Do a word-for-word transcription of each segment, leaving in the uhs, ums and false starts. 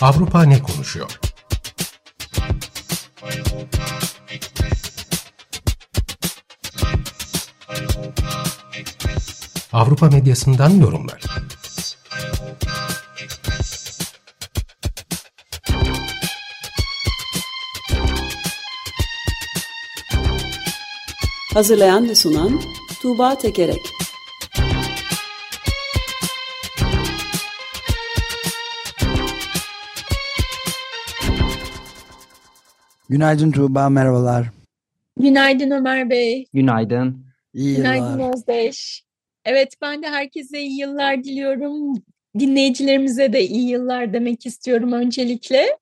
Avrupa ne konuşuyor? Avrupa medyasından yorumlar. Hazırlayan ve sunan Tuğba Tekerek. Günaydın Tuğba, merhabalar. Günaydın Ömer Bey. Günaydın. İyi Günaydın yıllar. Özdeş. Evet, ben de herkese iyi yıllar diliyorum. Dinleyicilerimize de iyi yıllar demek istiyorum öncelikle.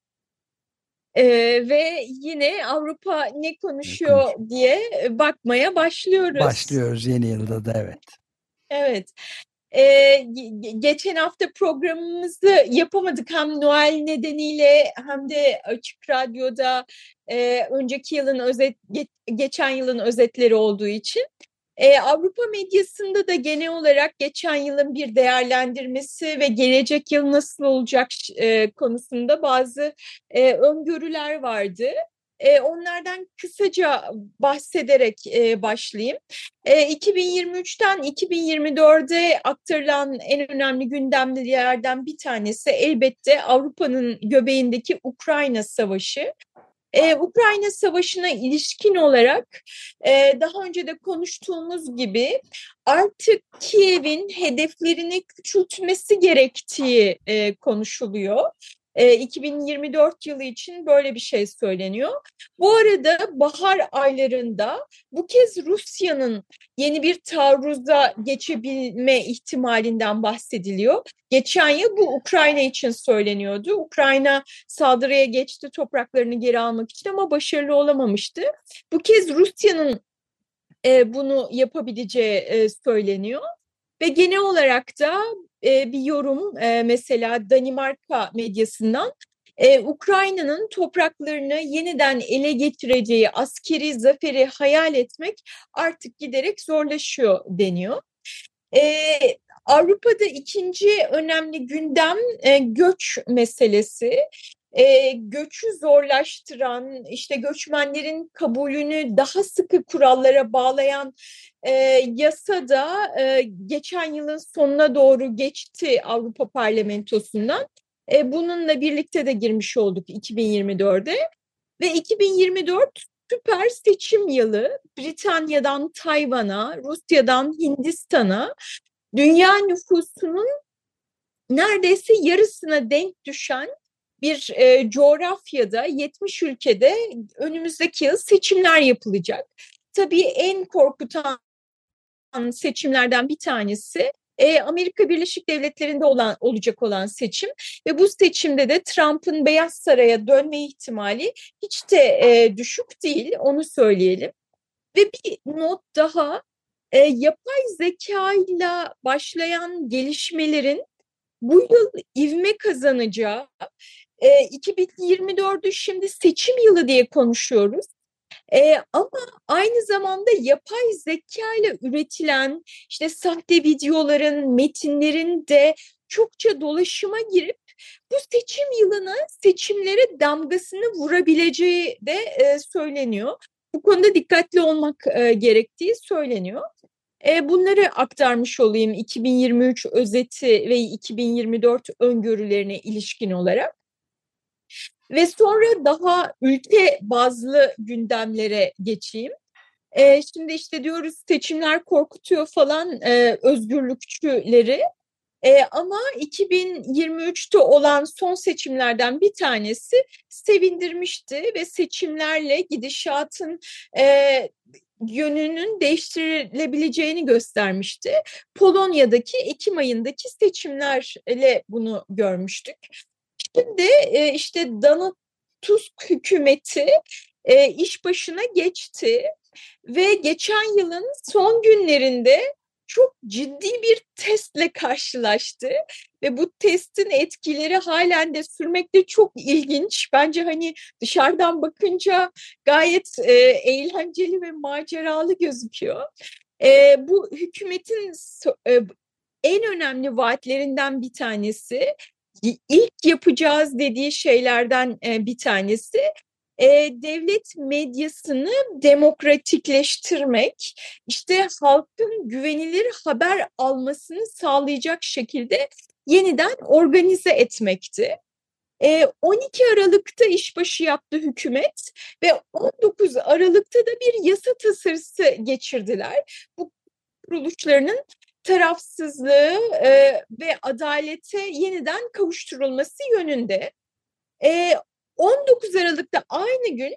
Ee, ve yine Avrupa ne konuşuyor konuşuyor? diye bakmaya başlıyoruz. Başlıyoruz yeni yılda da, evet. Evet. Ee, ge- geçen hafta programımızı yapamadık, hem Noel nedeniyle hem de Açık Radyo'da e, önceki yılın özet, ge- geçen yılın özetleri olduğu için. Ee, Avrupa medyasında da genel olarak geçen yılın bir değerlendirmesi ve gelecek yıl nasıl olacak e, konusunda bazı e, öngörüler vardı. E, onlardan kısaca bahsederek e, başlayayım. E, iki bin yirmi üçten iki bin yirmi dörde aktarılan en önemli gündemlerden bir tanesi elbette Avrupa'nın göbeğindeki Ukrayna Savaşı. Ee, Ukrayna Savaşı'na ilişkin olarak e, daha önce de konuştuğumuz gibi artık Kiev'in hedeflerini küçültmesi gerektiği e, konuşuluyor. E, iki bin yirmi dört yılı için böyle bir şey söyleniyor. Bu arada bahar aylarında bu kez Rusya'nın yeni bir taarruza geçebilme ihtimalinden bahsediliyor. Geçen yıl bu Ukrayna için söyleniyordu. Ukrayna saldırıya geçti topraklarını geri almak için ama başarılı olamamıştı. Bu kez Rusya'nın e, bunu yapabileceği e, söyleniyor. Ve genel olarak da e, bir yorum e, mesela Danimarka medyasından e, Ukrayna'nın topraklarını yeniden ele geçireceği askeri zaferi hayal etmek artık giderek zorlaşıyor deniyor. Ee, Avrupa'da ikinci önemli gündem e, göç meselesi. E, göçü zorlaştıran, işte göçmenlerin kabulünü daha sıkı kurallara bağlayan e, yasa da e, geçen yılın sonuna doğru geçti Avrupa Parlamentosu'ndan. E, bununla birlikte de girmiş olduk iki bin yirmi dörde ve iki bin yirmi dört süper seçim yılı. Britanya'dan Tayvan'a, Rusya'dan Hindistan'a dünya nüfusunun neredeyse yarısına denk düşen bir e, coğrafyada yetmiş ülkede önümüzdeki yıl seçimler yapılacak. Tabii en korkutan seçimlerden bir tanesi e, Amerika Birleşik Devletleri'nde olan olacak olan seçim ve bu seçimde de Trump'ın Beyaz Saray'a dönme ihtimali hiç de e, düşük değil, onu söyleyelim. Ve bir not daha, e, yapay zeka ile başlayan gelişmelerin bu yıl ivme kazanacağı, e, iki bin yirmi dördü şimdi seçim yılı diye konuşuyoruz. E, ama aynı zamanda yapay zeka ile üretilen işte sahte videoların, metinlerin de çokça dolaşıma girip bu seçim yılına, seçimlere damgasını vurabileceği de e, söyleniyor. Bu konuda dikkatli olmak e, gerektiği söyleniyor. E, bunları aktarmış olayım iki bin yirmi üç özeti ve iki bin yirmi dört öngörülerine ilişkin olarak. Ve sonra daha ülke bazlı gündemlere geçeyim. E, şimdi işte diyoruz seçimler korkutuyor falan e, özgürlükçüleri. E, ama iki bin yirmi üçte olan son seçimlerden bir tanesi sevindirmişti ve seçimlerle gidişatın e, yönünün değiştirilebileceğini göstermişti. Polonya'daki Ekim ayındaki seçimlerle bunu görmüştük. Şimdi e, işte Donald Tusk hükümeti e, iş başına geçti ve geçen yılın son günlerinde çok ciddi bir testle karşılaştı ve bu testin etkileri halen de sürmekte, çok ilginç. Bence hani dışarıdan bakınca gayet e, eğlenceli ve maceralı gözüküyor. E, bu hükümetin e, en önemli vaatlerinden bir tanesi ilk yapacağız dediği şeylerden e, bir tanesi e, devlet medyasını demokratikleştirmek, işte halkın güvenilir haber almasını sağlayacak şekilde yeniden organize etmekti. on iki Aralık'ta işbaşı yaptı hükümet ve on dokuz Aralık'ta da bir yasa tasarısı geçirdiler. Bu kuruluşlarının tarafsızlığı e, ve adalete yeniden kavuşturulması yönünde. E, on dokuz Aralık'ta aynı gün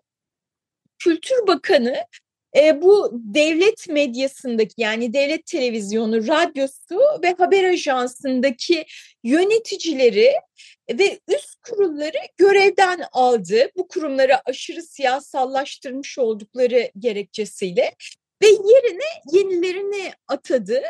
Kültür Bakanı e, bu devlet medyasındaki, yani devlet televizyonu, radyosu ve haber ajansındaki yöneticileri ve üst kurulları görevden aldı. Bu kurumları aşırı siyasallaştırmış oldukları gerekçesiyle ve yerine yenilerini atadı.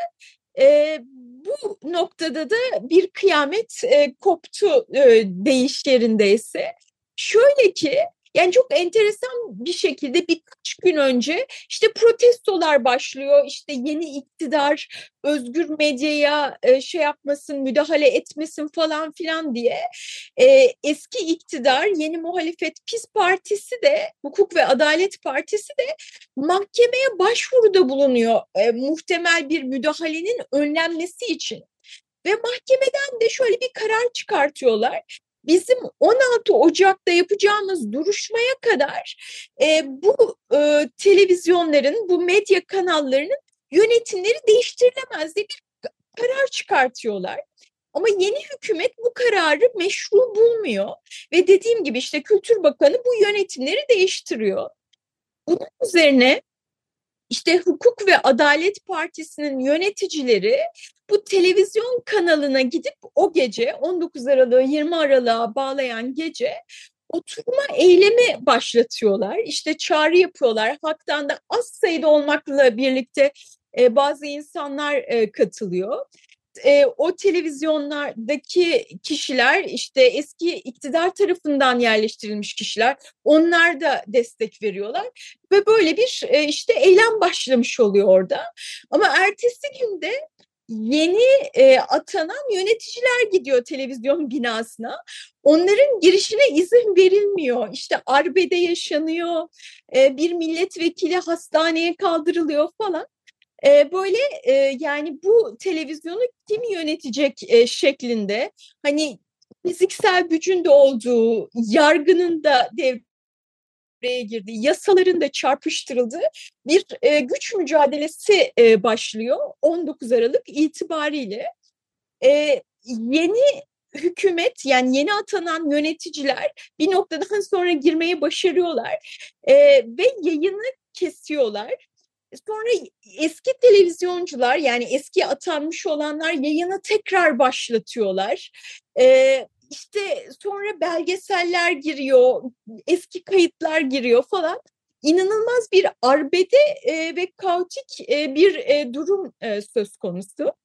E, bu noktada da bir kıyamet e, koptu e, deyiş yerindeyse. Şöyle ki, yani çok enteresan bir şekilde birkaç gün önce işte protestolar başlıyor. İşte yeni iktidar özgür medyaya e, şey yapmasın, müdahale etmesin falan filan diye. E, eski iktidar, yeni muhalefet PİS Partisi de, Hukuk ve Adalet Partisi de mahkemeye başvuruda bulunuyor e, muhtemel bir müdahalenin önlenmesi için. Ve mahkemeden de şöyle bir karar çıkartıyorlar. Bizim on altı Ocak'ta yapacağımız duruşmaya kadar e, bu e, televizyonların, bu medya kanallarının yönetimleri değiştirilemez diye bir karar çıkartıyorlar. Ama yeni hükümet bu kararı meşru bulmuyor ve dediğim gibi işte Kültür Bakanı bu yönetimleri değiştiriyor. Bunun üzerine İşte Hukuk ve Adalet Partisi'nin yöneticileri bu televizyon kanalına gidip o gece, on dokuz Aralık'ı yirmi Aralık'a bağlayan gece oturma eylemi başlatıyorlar. İşte çağrı yapıyorlar. Halktan da az sayıda olmakla birlikte e, bazı insanlar e, katılıyor. E, o televizyonlardaki kişiler, işte eski iktidar tarafından yerleştirilmiş kişiler, onlar da destek veriyorlar ve böyle bir e, işte eylem başlamış oluyor orada. Ama ertesi günde yeni e, atanan yöneticiler gidiyor televizyon binasına. Onların girişine izin verilmiyor. İşte arbede yaşanıyor, e, bir milletvekili hastaneye kaldırılıyor falan. E, böyle e, yani bu televizyonu kim yönetecek e, şeklinde, hani fiziksel gücün de olduğu, yargının da devreye girdiği, yasaların da çarpıştırıldığı bir e, güç mücadelesi e, başlıyor on dokuz Aralık itibariyle. E, yeni hükümet, yani yeni atanan yöneticiler bir noktadan sonra girmeye başarıyorlar e, ve yayını kesiyorlar. Sonra eski televizyoncular, yani eski atanmış olanlar yayını tekrar başlatıyorlar. Ee, işte sonra belgeseller giriyor, eski kayıtlar giriyor falan. İnanılmaz bir arbede e, ve kaotik e, bir e, durum e, söz konusu.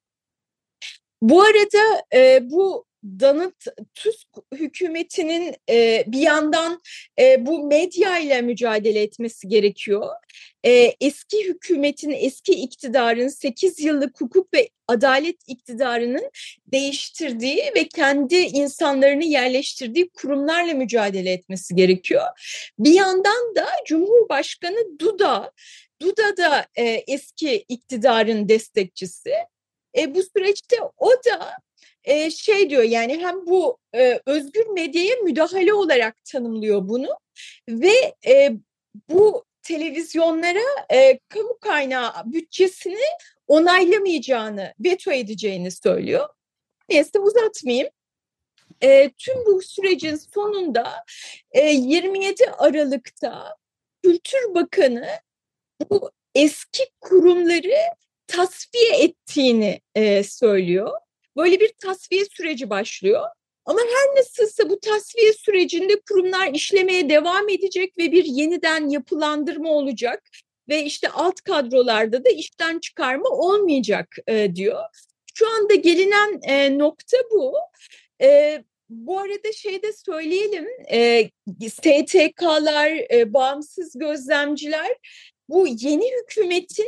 Bu arada e, bu Donald Tusk hükümetinin e, bir yandan e, bu medya ile mücadele etmesi gerekiyor. E, eski hükümetin, eski iktidarın sekiz yıllık hukuk ve adalet iktidarının değiştirdiği ve kendi insanlarını yerleştirdiği kurumlarla mücadele etmesi gerekiyor. Bir yandan da Cumhurbaşkanı Duda, Duda da e, eski iktidarın destekçisi. E, bu süreçte o da e, şey diyor, yani hem bu e, özgür medyaya müdahale olarak tanımlıyor bunu ve e, bu televizyonlara e, kamu kaynağı bütçesini onaylamayacağını, veto edeceğini söylüyor. Neyse, uzatmayayım. E, tüm bu sürecin sonunda e, yirmi yedi Aralık'ta Kültür Bakanı bu eski kurumları tasfiye ettiğini e, söylüyor. Böyle bir tasfiye süreci başlıyor. Ama her nasılsa bu tasfiye sürecinde kurumlar işlemeye devam edecek ve bir yeniden yapılandırma olacak. Ve işte alt kadrolarda da işten çıkarma olmayacak e, diyor. Şu anda gelinen e, nokta bu. E, bu arada şey de söyleyelim, e, S T K'lar, e, bağımsız gözlemciler bu yeni hükümetin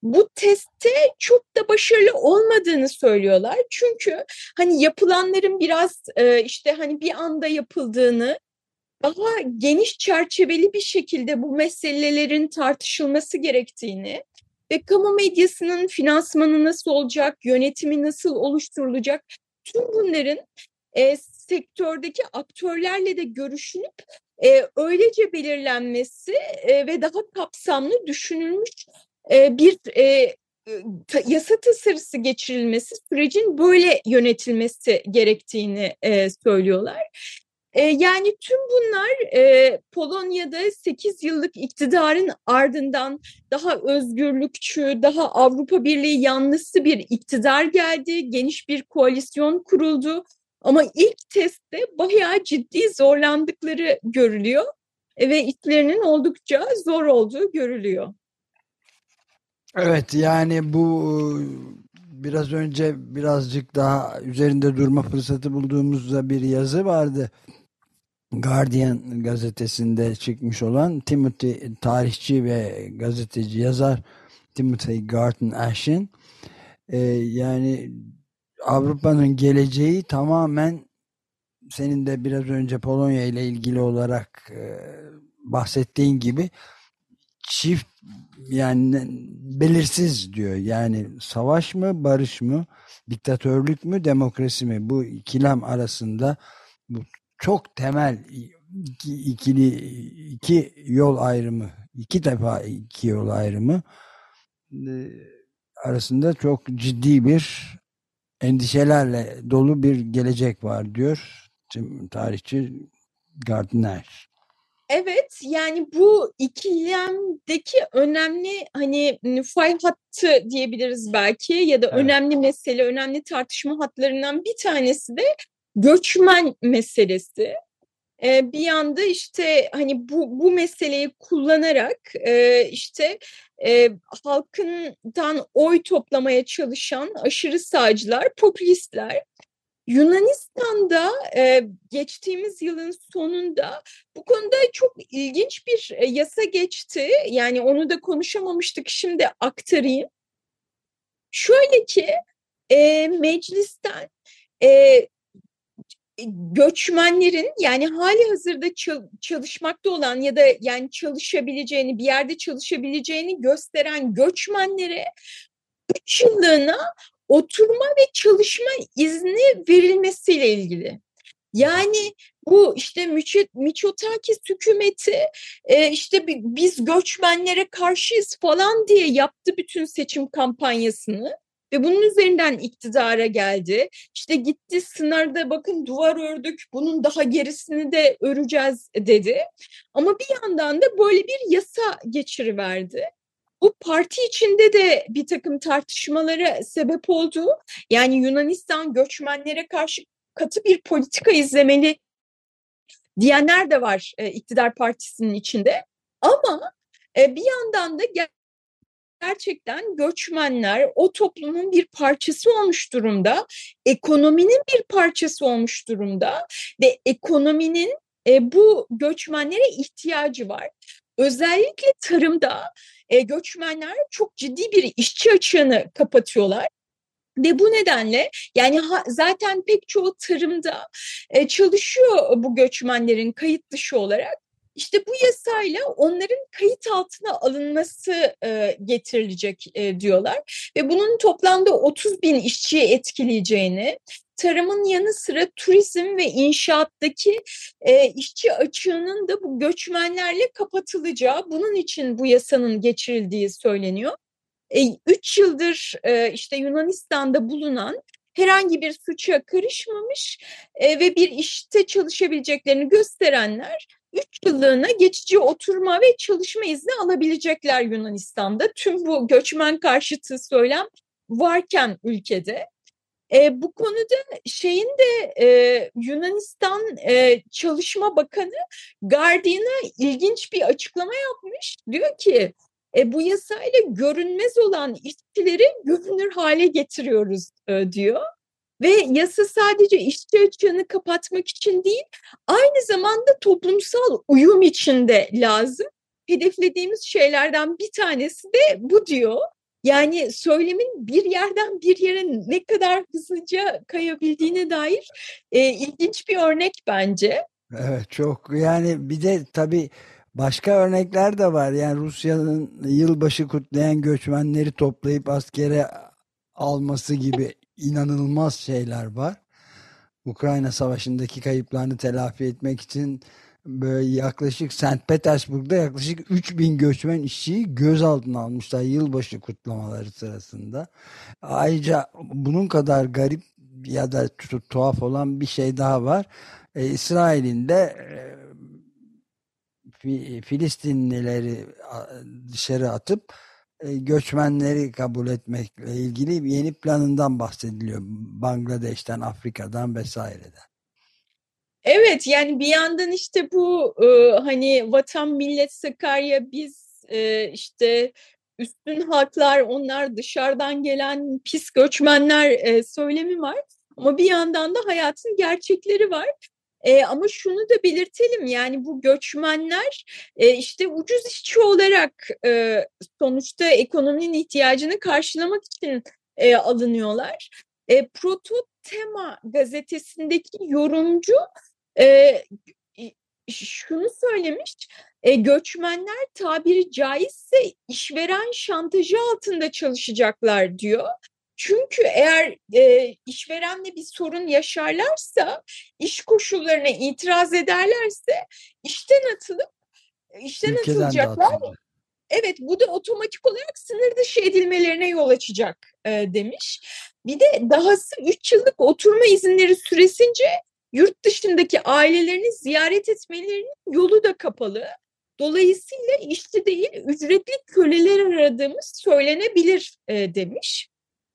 bu testte çok da başarılı olmadığını söylüyorlar. Çünkü hani yapılanların biraz e, işte hani bir anda yapıldığını, daha geniş çerçeveli bir şekilde bu meselelerin tartışılması gerektiğini ve kamu medyasının finansmanı nasıl olacak, yönetimi nasıl oluşturulacak, tüm bunların e, sektördeki aktörlerle de görüşülüp e, öylece belirlenmesi e, ve daha kapsamlı düşünülmüş e, bir e, ta, yasa tasarısı geçirilmesi, sürecin böyle yönetilmesi gerektiğini e, söylüyorlar. E, yani tüm bunlar e, Polonya'da sekiz yıllık iktidarın ardından daha özgürlükçü, daha Avrupa Birliği yanlısı bir iktidar geldi, geniş bir koalisyon kuruldu. Ama ilk testte bayağı ciddi zorlandıkları görülüyor e, ve işlerinin oldukça zor olduğu görülüyor. Evet, yani bu biraz önce birazcık daha üzerinde durma fırsatı bulduğumuzda bir yazı vardı. Guardian gazetesinde çıkmış olan Timothy, tarihçi ve gazeteci yazar Timothy Garton Ash'in e, yani Avrupa'nın geleceği tamamen, senin de biraz önce Polonya ile ilgili olarak e, bahsettiğin gibi, çift, yani belirsiz diyor. Yani savaş mı, barış mı, diktatörlük mü, demokrasi mi? Bu ikilem arasında bu çok temel iki, ikili iki yol ayrımı, iki defa iki yol ayrımı e, arasında çok ciddi bir endişelerle dolu bir gelecek var diyor tarihçi Gardner. Evet, yani bu ikilemdeki önemli hani fay hattı diyebiliriz belki, ya da evet, önemli mesele, önemli tartışma hatlarından bir tanesi de göçmen meselesi. Ee, bir yanda işte hani bu bu meseleyi kullanarak e, işte e, halkından oy toplamaya çalışan aşırı sağcılar, popülistler Yunanistan'da e, geçtiğimiz yılın sonunda bu konuda çok ilginç bir e, yasa geçti. Yani onu da konuşamamıştık, şimdi aktarayım. Şöyle ki e, meclisten e, göçmenlerin, yani hali hazırda çalışmakta olan ya da yani çalışabileceğini, bir yerde çalışabileceğini gösteren göçmenlere üç yıllığına oturma ve çalışma izni verilmesiyle ilgili. Yani bu işte Mitsotakis hükümeti e, işte biz göçmenlere karşıyız falan diye yaptı bütün seçim kampanyasını ve bunun üzerinden iktidara geldi. İşte gitti sınırda bakın duvar ördük, bunun daha gerisini de öreceğiz dedi. Ama bir yandan da böyle bir yasa geçiriverdi. Bu parti içinde de bir takım tartışmalara sebep oldu. Yani Yunanistan göçmenlere karşı katı bir politika izlemeli diyenler de var e, iktidar partisinin içinde. Ama e, bir yandan da gerçekten göçmenler o toplumun bir parçası olmuş durumda. Ekonominin bir parçası olmuş durumda ve ekonominin e, bu göçmenlere ihtiyacı var. Özellikle tarımda e, göçmenler çok ciddi bir işçi açığını kapatıyorlar. Ve bu nedenle yani ha, zaten pek çoğu tarımda e, çalışıyor bu göçmenlerin kayıt dışı olarak. İşte bu yasayla onların kayıt altına alınması e, getirilecek e, diyorlar. Ve bunun toplamda otuz bin işçiyi etkileyeceğini, tarımın yanı sıra turizm ve inşaattaki e, işçi açığının da bu göçmenlerle kapatılacağı, bunun için bu yasanın geçirildiği söyleniyor. Üç yıldır e, işte Yunanistan'da bulunan, herhangi bir suça karışmamış e, ve bir işte çalışabileceklerini gösterenler üç yıllığına geçici oturma ve çalışma izni alabilecekler Yunanistan'da. Tüm bu göçmen karşıtı söylem varken ülkede. E, bu konuda şeyin de e, Yunanistan e, Çalışma Bakanı Guardian'a ilginç bir açıklama yapmış. Diyor ki e, bu yasayla görünmez olan işçileri görünür hale getiriyoruz e, diyor. Ve yasa sadece işçi açığını kapatmak için değil, aynı zamanda toplumsal uyum için de lazım. Hedeflediğimiz şeylerden bir tanesi de bu diyor. Yani söylemin bir yerden bir yere ne kadar hızlıca kayabildiğine dair e, ilginç bir örnek bence. Evet, çok yani bir de tabii başka örnekler de var. Yani Rusya'nın yılbaşı kutlayan göçmenleri toplayıp askere alması gibi inanılmaz şeyler var. Ukrayna Savaşı'ndaki kayıplarını telafi etmek için böyle yaklaşık Sankt Petersburg'da yaklaşık üç bin göçmen işçiyi gözaltına almışlar yılbaşı kutlamaları sırasında. Ayrıca bunun kadar garip ya da tu- tuhaf olan bir şey daha var. E, İsrail'in de e, Fi- Filistinlileri a- dışarı atıp e, göçmenleri kabul etmekle ilgili yeni planından bahsediliyor. Bangladeş'ten, Afrika'dan vesaireden. Evet, yani bir yandan işte bu e, hani vatan millet Sakarya biz e, işte üstün halklar onlar dışarıdan gelen pis göçmenler e, söylemi var. Ama bir yandan da hayatın gerçekleri var. E, ama şunu da belirtelim yani bu göçmenler e, işte ucuz işçi olarak e, sonuçta ekonominin ihtiyacını karşılamak için e, alınıyorlar. E, Proto Tema gazetesindeki yorumcu e, şunu söylemiş, e, göçmenler tabiri caizse işveren şantajı altında çalışacaklar diyor. Çünkü eğer e, işverenle bir sorun yaşarlarsa, iş koşullarına itiraz ederlerse işten atılıp işten Ülkeden de atılacaklar. atıldı. Evet, bu da otomatik olarak sınır dışı edilmelerine yol açacak e, demiş. Bir de dahası üç yıllık oturma izinleri süresince yurt dışındaki ailelerini ziyaret etmelerinin yolu da kapalı. Dolayısıyla işçi değil ücretli köleler aradığımız söylenebilir e, demiş.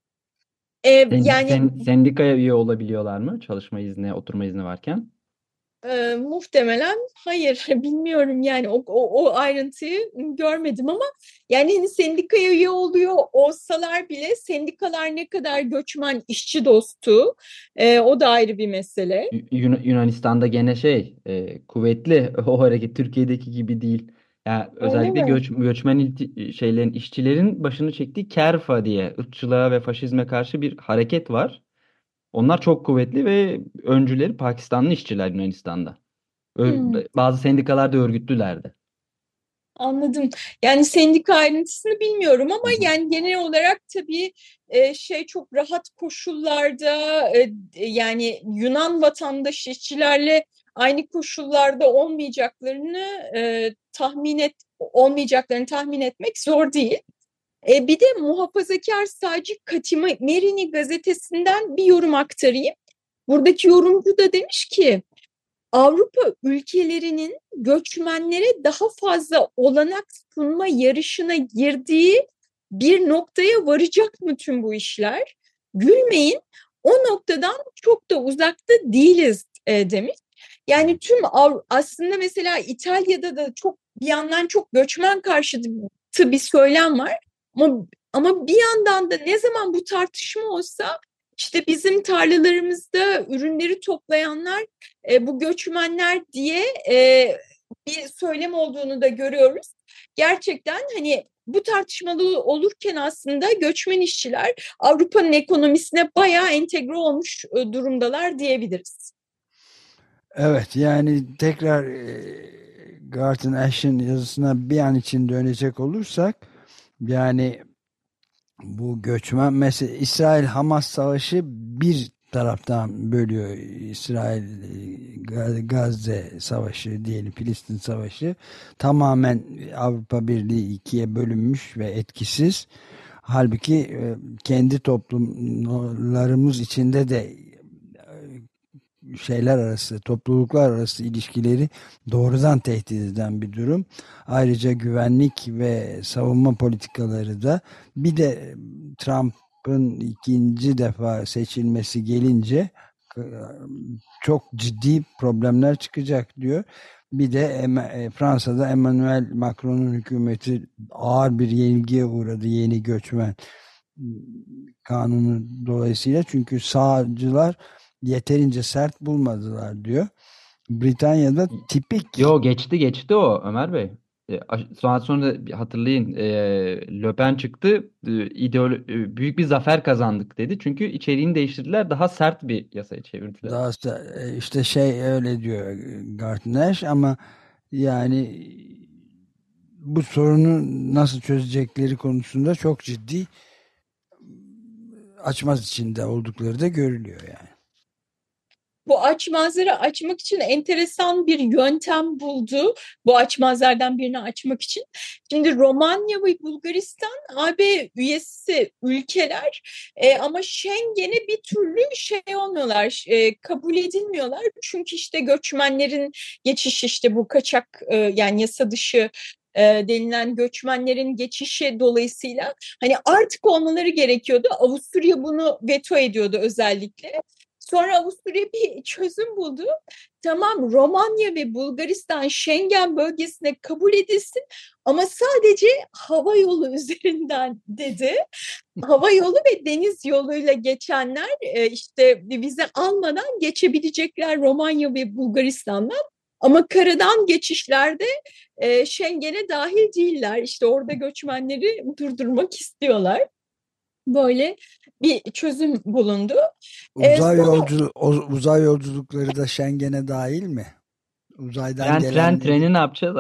E, Sen, yani sen, sendikaya üye olabiliyorlar mı çalışma izni, oturma izni varken? Ee, muhtemelen hayır bilmiyorum yani o, o, o ayrıntıyı görmedim ama yani hani sendikaya üye oluyor olsalar bile sendikalar ne kadar göçmen işçi dostu e, o da ayrı bir mesele. Yu- Yun- Yunanistan'da gene şey e, kuvvetli o hareket Türkiye'deki gibi değil. Yani Öyle özellikle mi? göç, göçmen ilti- şeylerin işçilerin başını çektiği Kerfa diye ırkçılığa ve faşizme karşı bir hareket var. Onlar çok kuvvetli ve öncüleri Pakistanlı işçiler Yunanistan'da. Hmm. Ö- bazı sendikalarda örgütlülerdi. Anladım. Yani sendika ayrıntısını bilmiyorum ama Hı hı. yani genel olarak tabii e, şey çok rahat koşullarda e, yani Yunan vatandaş işçilerle aynı koşullarda olmayacaklarını e, tahmin et olmayacaklarını tahmin etmek zor değil. E, bir de muhafazakar sağcı Katimerini gazetesinden bir yorum aktarayım. Buradaki yorumcu da demiş ki Avrupa ülkelerinin göçmenlere daha fazla olanak sunma yarışına girdiği bir noktaya varacak mı tüm bu işler? Gülmeyin, o noktadan çok da uzakta değiliz e, demiş. Yani tüm Av- aslında mesela İtalya'da da çok bir yandan çok göçmen karşıtı bir söylem var. Ama ama bir yandan da ne zaman bu tartışma olsa işte bizim tarlalarımızda ürünleri toplayanlar e, bu göçmenler diye e, bir söylem olduğunu da görüyoruz. Gerçekten hani bu tartışmalı olurken aslında göçmen işçiler Avrupa'nın ekonomisine bayağı entegre olmuş e, durumdalar diyebiliriz. Evet, yani tekrar e, Garton Ash'in yazısına bir an için dönecek olursak yani bu göçmen mesela İsrail-Hamas savaşı bir taraftan bölüyor. İsrail e, Gazze savaşı diyelim, Filistin savaşı tamamen Avrupa Birliği ikiye bölünmüş ve etkisiz. Halbuki e, kendi toplumlarımız içinde de şeyler arası, topluluklar arası ilişkileri doğrudan tehdit eden bir durum. Ayrıca güvenlik ve savunma politikaları da bir de Trump'ın ikinci defa seçilmesi gelince e, çok ciddi problemler çıkacak diyor. Bir de Fransa'da Emmanuel Macron'un hükümeti ağır bir yenilgiye uğradı yeni göçmen kanunu dolayısıyla. Çünkü sağcılar yeterince sert bulmadılar diyor. Britanya'da tipik Yo geçti geçti o Ömer Bey. E, aş- Sonra sonra bir hatırlayın, e, Le Pen çıktı, e, ideolo- e, büyük bir zafer kazandık dedi. Çünkü içeriğini değiştirdiler, daha sert bir yasaya çevirdiler. Daha sa- e, işte şey öyle diyor Gartner ama yani bu sorunu nasıl çözecekleri konusunda çok ciddi açmaz içinde oldukları da görülüyor yani. Bu açmazları açmak için enteresan bir yöntem buldu. Bu açmazlardan birini açmak için. Şimdi Romanya ve Bulgaristan A B üyesi ülkeler e, ama Schengen'e bir türlü şey olmuyorlar, e, kabul edilmiyorlar. Çünkü işte göçmenlerin geçişi, işte bu kaçak e, yani yasa dışı e, denilen göçmenlerin geçişi dolayısıyla hani artık olmaları gerekiyordu. Avusturya bunu veto ediyordu özellikle. Sonra Avusturya bir çözüm buldu. Tamam, Romanya ve Bulgaristan Schengen bölgesine kabul edilsin ama sadece hava yolu üzerinden dedi. Hava yolu ve deniz yoluyla geçenler e, işte bir vize almadan geçebilecekler Romanya ve Bulgaristan'dan. Ama karadan geçişlerde e, Schengen'e dahil değiller. İşte orada göçmenleri durdurmak istiyorlar. Böyle bir çözüm bulundu. E, Uzay sonra yolcu o- uzay yolculukları da Schengen'e dahil mi? Uzaydan Tren tren gelenleri. treni ne yapacağız?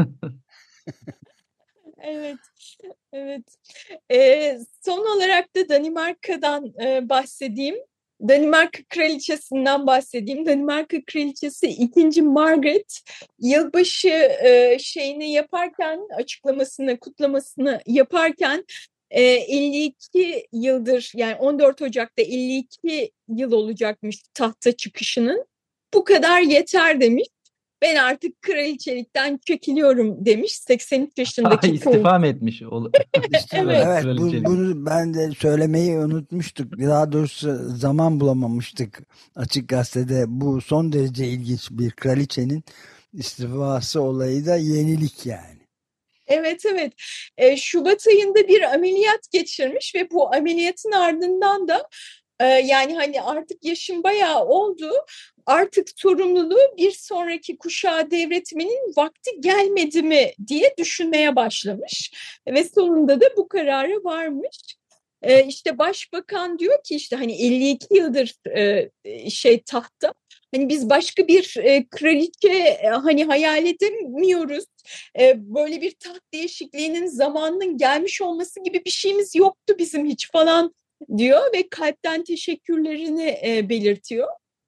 evet, evet. E, son olarak da Danimarka'dan e, bahsedeyim. Danimarka Kraliçesi'nden bahsedeyim. Danimarka Kraliçesi ikinci. Margaret yılbaşı e, şeyini yaparken, açıklamasını, kutlamasını yaparken e, elli iki yıldır, yani on dört Ocak'ta elli iki yıl olacakmış tahta çıkışının. Bu kadar yeter demiş. Ben artık kraliçelikten çekiliyorum demiş. seksen üç yaşındaki kraliçe. İstifa mı etmiş? Ol- İşte Evet. evet, bu, Kraliçelik. bunu ben de söylemeyi unutmuştuk. Daha doğrusu zaman bulamamıştık. Açık Gazete'de bu son derece ilginç bir kraliçenin istifası olayı da yenilik yani. Evet, evet. E, Şubat ayında bir ameliyat geçirmiş ve bu ameliyatın ardından da e, yani hani artık yaşım bayağı oldu. Artık sorumluluğu bir sonraki kuşağa devretmenin vakti gelmedi mi diye düşünmeye başlamış. Ve sonunda da bu karara varmış. E, işte başbakan diyor ki işte hani elli iki yıldır e, şey tahtta. Hani biz başka bir e, kraliçe e, hani hayal edemiyoruz. E, böyle bir taht değişikliğinin zamanının gelmiş olması gibi bir şeyimiz yoktu bizim hiç falan diyor ve kalpten teşekkürlerini e, belirtiyor.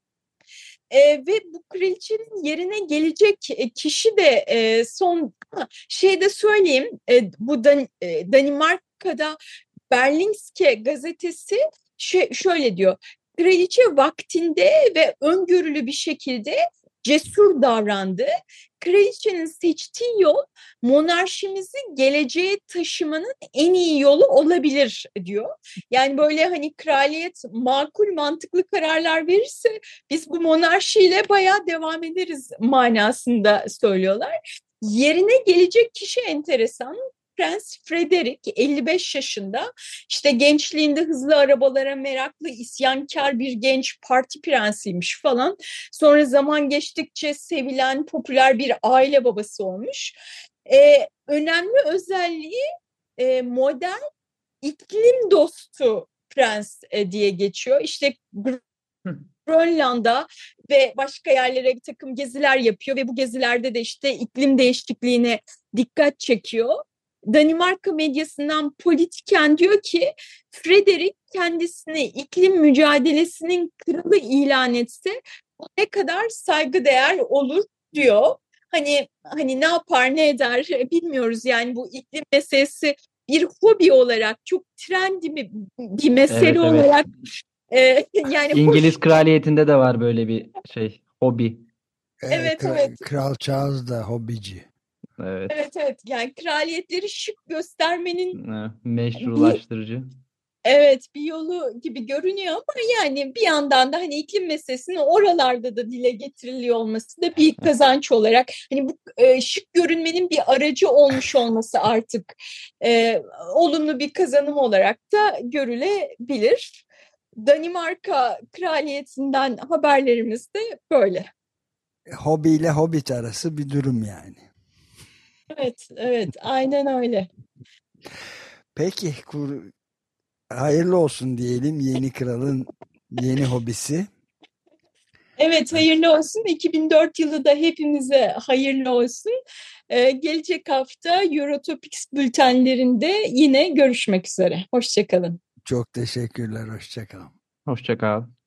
E, ve bu kraliçenin yerine gelecek e, kişi de e, son ha, şey de söyleyeyim, e, bu Dan, e, Danimarka'da Berlingske gazetesi şey, şöyle diyor. Kraliçe vaktinde ve öngörülü bir şekilde cesur davrandı. Kraliçenin seçtiği yol monarşimizi geleceğe taşımanın en iyi yolu olabilir diyor. Yani böyle hani kraliyet makul mantıklı kararlar verirse biz bu monarşiyle bayağı devam ederiz manasında söylüyorlar. Yerine gelecek kişi enteresan. Prens Frederick elli beş yaşında, işte gençliğinde hızlı arabalara meraklı isyankar bir genç parti prensiymiş falan. Sonra zaman geçtikçe sevilen popüler bir aile babası olmuş. Ee, önemli özelliği e, modern iklim dostu prens e, diye geçiyor. İşte Grönland'a ve başka yerlere bir takım geziler yapıyor ve bu gezilerde de işte iklim değişikliğine dikkat çekiyor. Danimarka medyasından Politiken diyor ki Frederick kendisini iklim mücadelesinin kralı ilan etse ne kadar saygıdeğer olur diyor. Hani hani ne yapar ne eder bilmiyoruz, yani bu iklim meselesi bir hobi olarak çok trendy bir, bir mesele Evet, evet. olarak e, yani İngiliz hoş. kraliyetinde de var böyle bir şey, hobi. Ee, Evet, Kra- evet. Kral Charles da hobici. Evet. Evet, evet. Yani kraliyetleri şık göstermenin e, bir, Meşrulaştırıcı. evet, bir yolu gibi görünüyor ama yani bir yandan da hani iklim meselesinin oralarda da dile getiriliyor olması da bir kazanç olarak, hani bu e, şık görünmenin bir aracı olmuş olması artık e, olumlu bir kazanım olarak da görülebilir. Danimarka kraliyetinden haberlerimiz de böyle. Hobi ile hobbit arası bir durum yani. Evet, evet, aynen öyle. Peki, kur, hayırlı olsun diyelim yeni kralın yeni hobisi. Evet, hayırlı olsun. iki bin dört yılı da hepimize hayırlı olsun. Ee, gelecek hafta Eurotopics bültenlerinde yine görüşmek üzere. Hoşça kalın. Çok teşekkürler, hoşça kal. Hoşça kal.